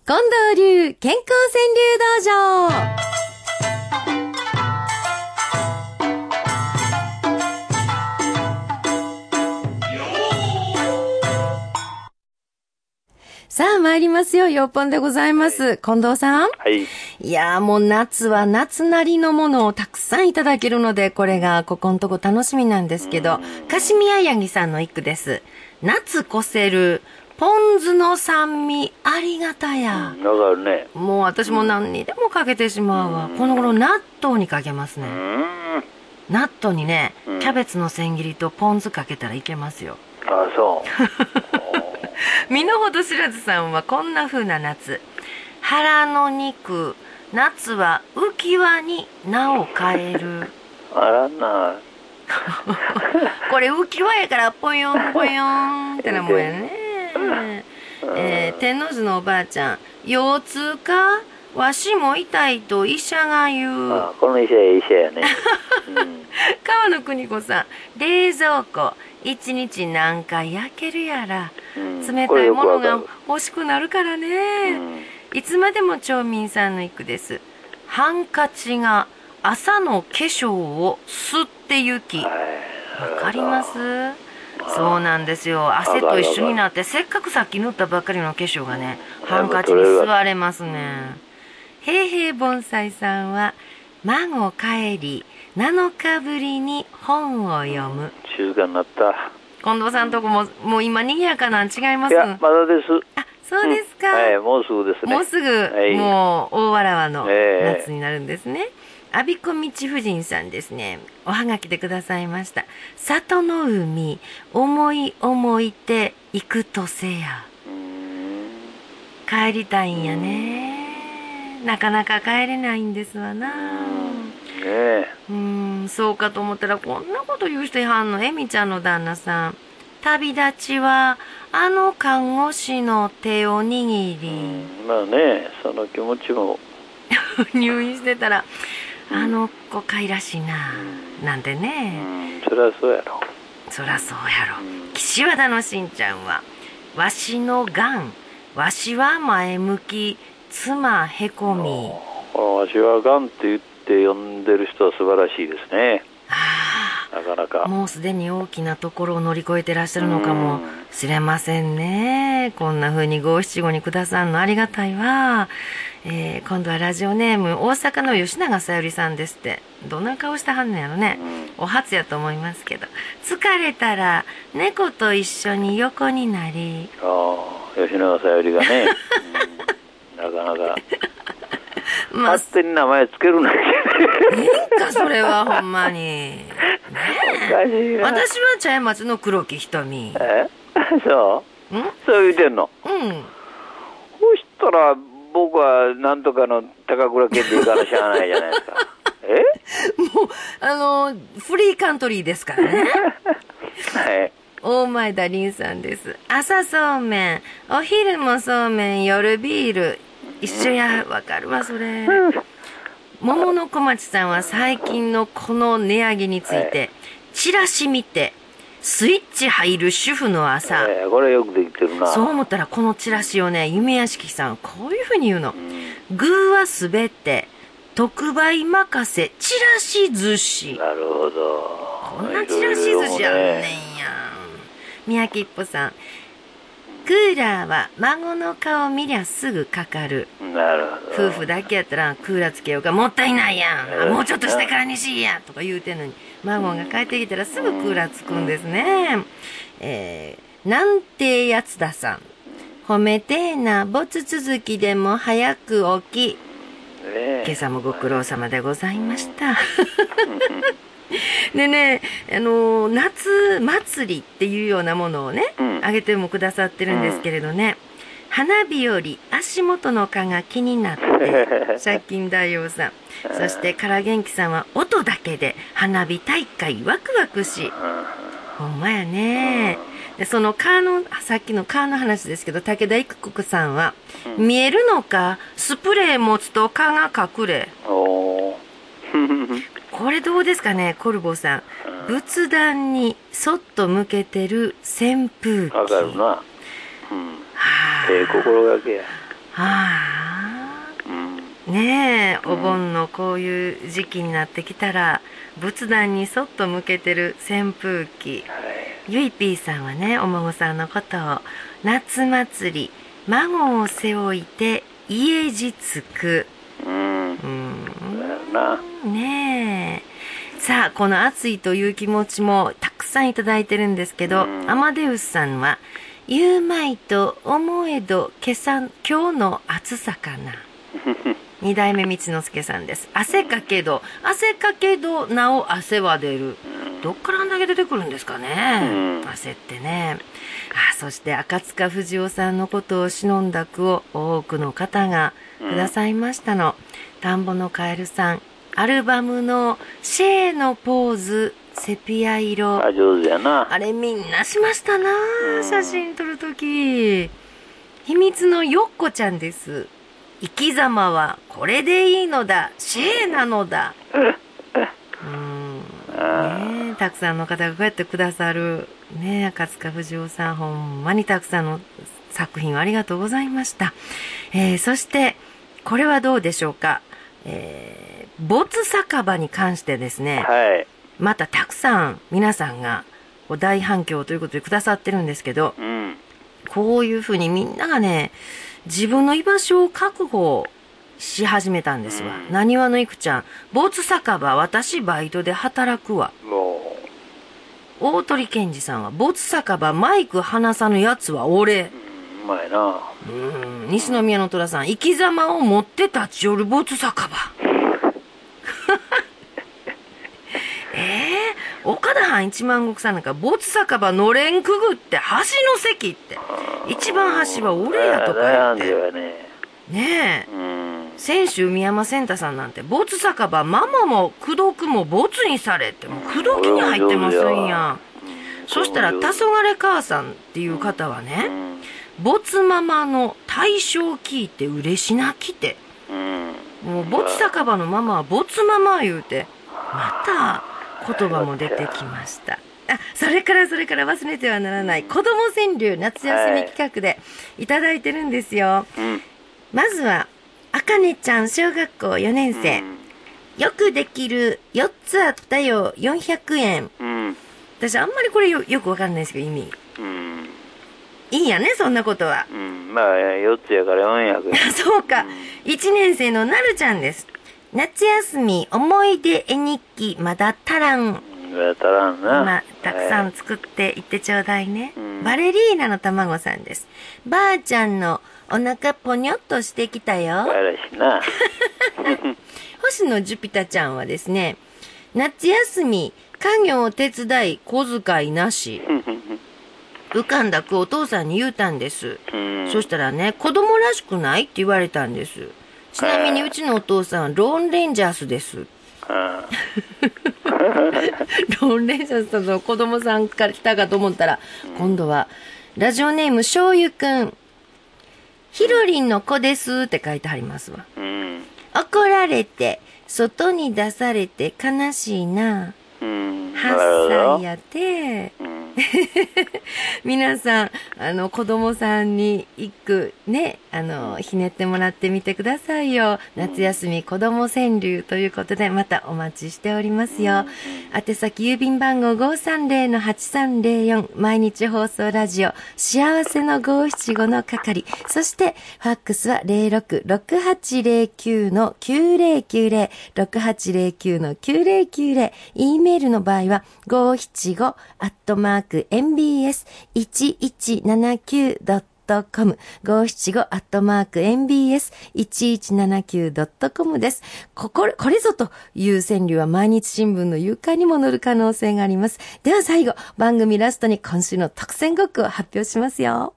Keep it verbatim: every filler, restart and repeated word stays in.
近藤流健康川柳道場。さあ参りますよ。よっぽんでございます、はい、近藤さん。 はい。 いやーもう夏は夏なりのものをたくさんいただけるので、これがここのとこ楽しみなんですけど、カシミヤヤギさんの一句です。夏越せるポン酢の酸味ありがたや。 うん、わかるね。 もう私も何にでもかけてしまうわ。うん、この頃納豆にかけますね。うん、納豆にね、キャベツの千切りとポン酢かけたらいけますよ。 ああ、そう身の程知らずさんはこんな風な夏。腹の肉、夏は浮き輪に名を変える。 あらな。 これ浮き輪やからポヨンポヨンってなもんやね。えー、天王寺のおばあちゃん、腰痛かわしも痛いと医者が言う。 ああ、この医者や医者やね。うん、 川野邦子さん、冷蔵庫一日何回焼けるやら、うん、冷たいものが欲しくなるからね、うん、いつまでも町民さんの一句です。ハンカチが朝の化粧を吸ってゆき。わかります？そうなんですよ。汗と一緒になってせっかくさっき塗ったばっかりの化粧がね、ハンカチに吸われますね。平平盆栽さんは孫帰りなのかぶりに本を読む。 静かになった。 近藤さんとこももう今賑やかなん違います？ いやまだです。 あ、そうですか、 うん、はい、もうすぐですね。 もうすぐ、はい、もう大わらわの夏になるんですね。阿鼻子道夫人さんですね。おはがきでくださいました。里の海思い思いて行くとせや。うーん、帰りたいんやね。なかなか帰れないんですわな。 ねえ、 うーん、そうかと思ったらこんなこと言う人いはんの。えみちゃんの旦那さん、旅立ちはあの看護師の手を握り。 うん、まあね、その気持ちも入院してたらあの子かいらしいな、うん、なんてね、 うん、そりゃそうやろ。 そりゃそうやろ、うん、岸和田のしんちゃんはわしのがん、わしは前向き、妻へこみ。 わしはがんって言って呼んでる人は素晴らしいですね。 はあ、 なかなかもうすでに大きなところを乗り越えてらっしゃるのかもしれませんね。こんな風にご七五にくださんのありがたいわ。えー、今度はラジオネーム大阪の吉永さゆりさんですって。どんな顔してはんのやろね、うん、お初やと思いますけど。疲れたら猫と一緒に横になり。 ああ、吉永さゆりがね、うん、なかなかまあ、勝手に名前つけるなきゃいいんかそれはほんまに、ね、おかしいな。私は茶屋町の黒木瞳。 えそううんそう言うてんの。うん。そしたら僕はなんとかの高倉健でいいからしゃあないじゃないですか。えもうあのフリーカントリーですからね。はい。大前田凛さんです。朝そうめん、お昼もそうめん、夜ビール一緒や。わかるわそれ。桃の小町さんは最近のこの値上げについて、はい、チラシ見てスイッチ入る主婦の朝、 えー、これよくできてるな。 そう思ったらこのチラシをね、夢屋敷さんこういうふうに言うの、うん、具はすべて特売任せチラシ寿司。 なるほど。 こんなチラシ寿司あんねんやん。宮城一歩さん、クーラーは孫の顔見りゃすぐかかる。 なるほど。 夫婦だけやったらクーラーつけようか、もったいないやん、えー、もうちょっとしてからにしいやとか言うてんのに、孫が帰ってきたらすぐクーラーつくんですね。えー、なんてやつださん、褒めてえな、ぼつ続きでも早く起き、えー、今朝もご苦労様でございましたでね、あのー、夏祭りっていうようなものをね、うん、あげてもくださってるんですけれどね、うん、花火より足元の蚊が気になって借金大王さん、そしてから元気さんは音だけで花火大会ワクワクし、ほんまやね。でその蚊のさっきの蚊の話ですけど、武田育国さんは、うん、見えるのかスプレー持つと蚊が隠れ。これどうですかね、コルボさん。仏壇にそっと向けてる扇風機。 わかるな。うん。はあ、ええ心がけや。 あ、うん、ねえ、お盆のこういう時期になってきたら仏壇にそっと向けてる扇風機、はい、ゆいぴーさんはね、お孫さんのことを夏祭り孫を背負いて家路つく、うん、うん、ねえ。さあ、この暑いという気持ちもたくさんいただいてるんですけど、アマデウスさんは言うまいと思えど今朝今日の暑さかな二代目道之助さんです。汗かけど汗かけどなお汗は出る。どっからあんだけ出てくるんですかね、汗ってね。あ、そして赤塚不二夫さんのことを偲んだ句を多くの方がくださいましたの。田んぼのカエルさん、アルバムのシェーのポーズセピア色、 あ、上手やな。 あれみんなしましたな、写真撮るとき。秘密のよっこちゃんです。生き様はこれでいいのだ、シェーなのだ。うんね、たくさんの方がこうやってくださるね。赤塚不二夫さん、ほんまにたくさんの作品をありがとうございました。えー、そしてこれはどうでしょうか。えー、没酒場に関してですね、はい、またたくさん皆さんが大反響ということでくださってるんですけど、うん、こういうふうにみんながね、自分の居場所を確保し始めたんですわ。なにわのいくちゃん、没酒場私バイトで働くわ。大鳥健二さんは、没酒場マイク離さぬやつは俺。 うまいな。 うん、西宮の虎さん、生き様を持って立ち寄る没酒場。えー、岡田藩一万石さんなんか、没酒場のれんくぐって橋の席って、一番橋は俺やとか言って。ね, ねえ。泉州宮山センタさんなんて、没酒場ママも口説くも没にされって、もう口説きに入ってますんや。そしたら、黄昏母さんっていう方はね、没ママの対象聞いて嬉し泣きて、もう没酒場のママは没ママ言うて、また言葉も出てきました。あ、それからそれから忘れてはならない子供川柳夏休み企画でいただいてるんですよ。まずはあかねちゃん、小学校よねん生、よくできるよっつあったよよんひゃくえん。私あんまりこれ よ, よくわかんないですけど意味、いいやね、そんなことは。 まあよっつやからよんひゃくえん。 そうか。いちねん生のなるちゃんです。夏休み思い出絵日記まだ足らん。 まだ足らんな。 今たくさん作っていってちょうだいね、はい、バレリーナの卵さんです。ばあちゃんのお腹ぽにょっとしてきたよ。 かわいらしいな。 星野ジュピタちゃんはですね、夏休み家業手伝い小遣いなし。浮かんだ句お父さんに言うたんです。そしたらね、子供らしくないって言われたんです。ちなみにうちのお父さんはローンレンジャースです。ローンレンジャースと子供さんから来たかと思ったら、今度はラジオネームしょうゆくん、ひろりんの子ですって書いてありますわ。怒られて外に出されて悲しいな。はっさいやて。皆さん、あの、子供さんに一句ね、あの、ひねってもらってみてくださいよ。夏休み子供川柳ということで、またお待ちしておりますよ。宛先郵便番号 ごーさんぜろのはちさんぜろよん、毎日放送ラジオ、幸せのごーしちごの係。そして、ファックスは ゼロろく ろくはちゼロきゅう のきゅうゼロきゅうゼロ、ろくはちゼロきゅう のきゅうゼロきゅうゼロ、E メールの場合はごーしちごアットマークエムビーエスいちいちななきゅうドットコム ごーしちごアットマークエムビーエスいちいちななきゅうドットコムです。ここ、これぞという川柳は毎日新聞の床にも載る可能性があります。では最後、番組ラストに今週の特選語句を発表しますよ。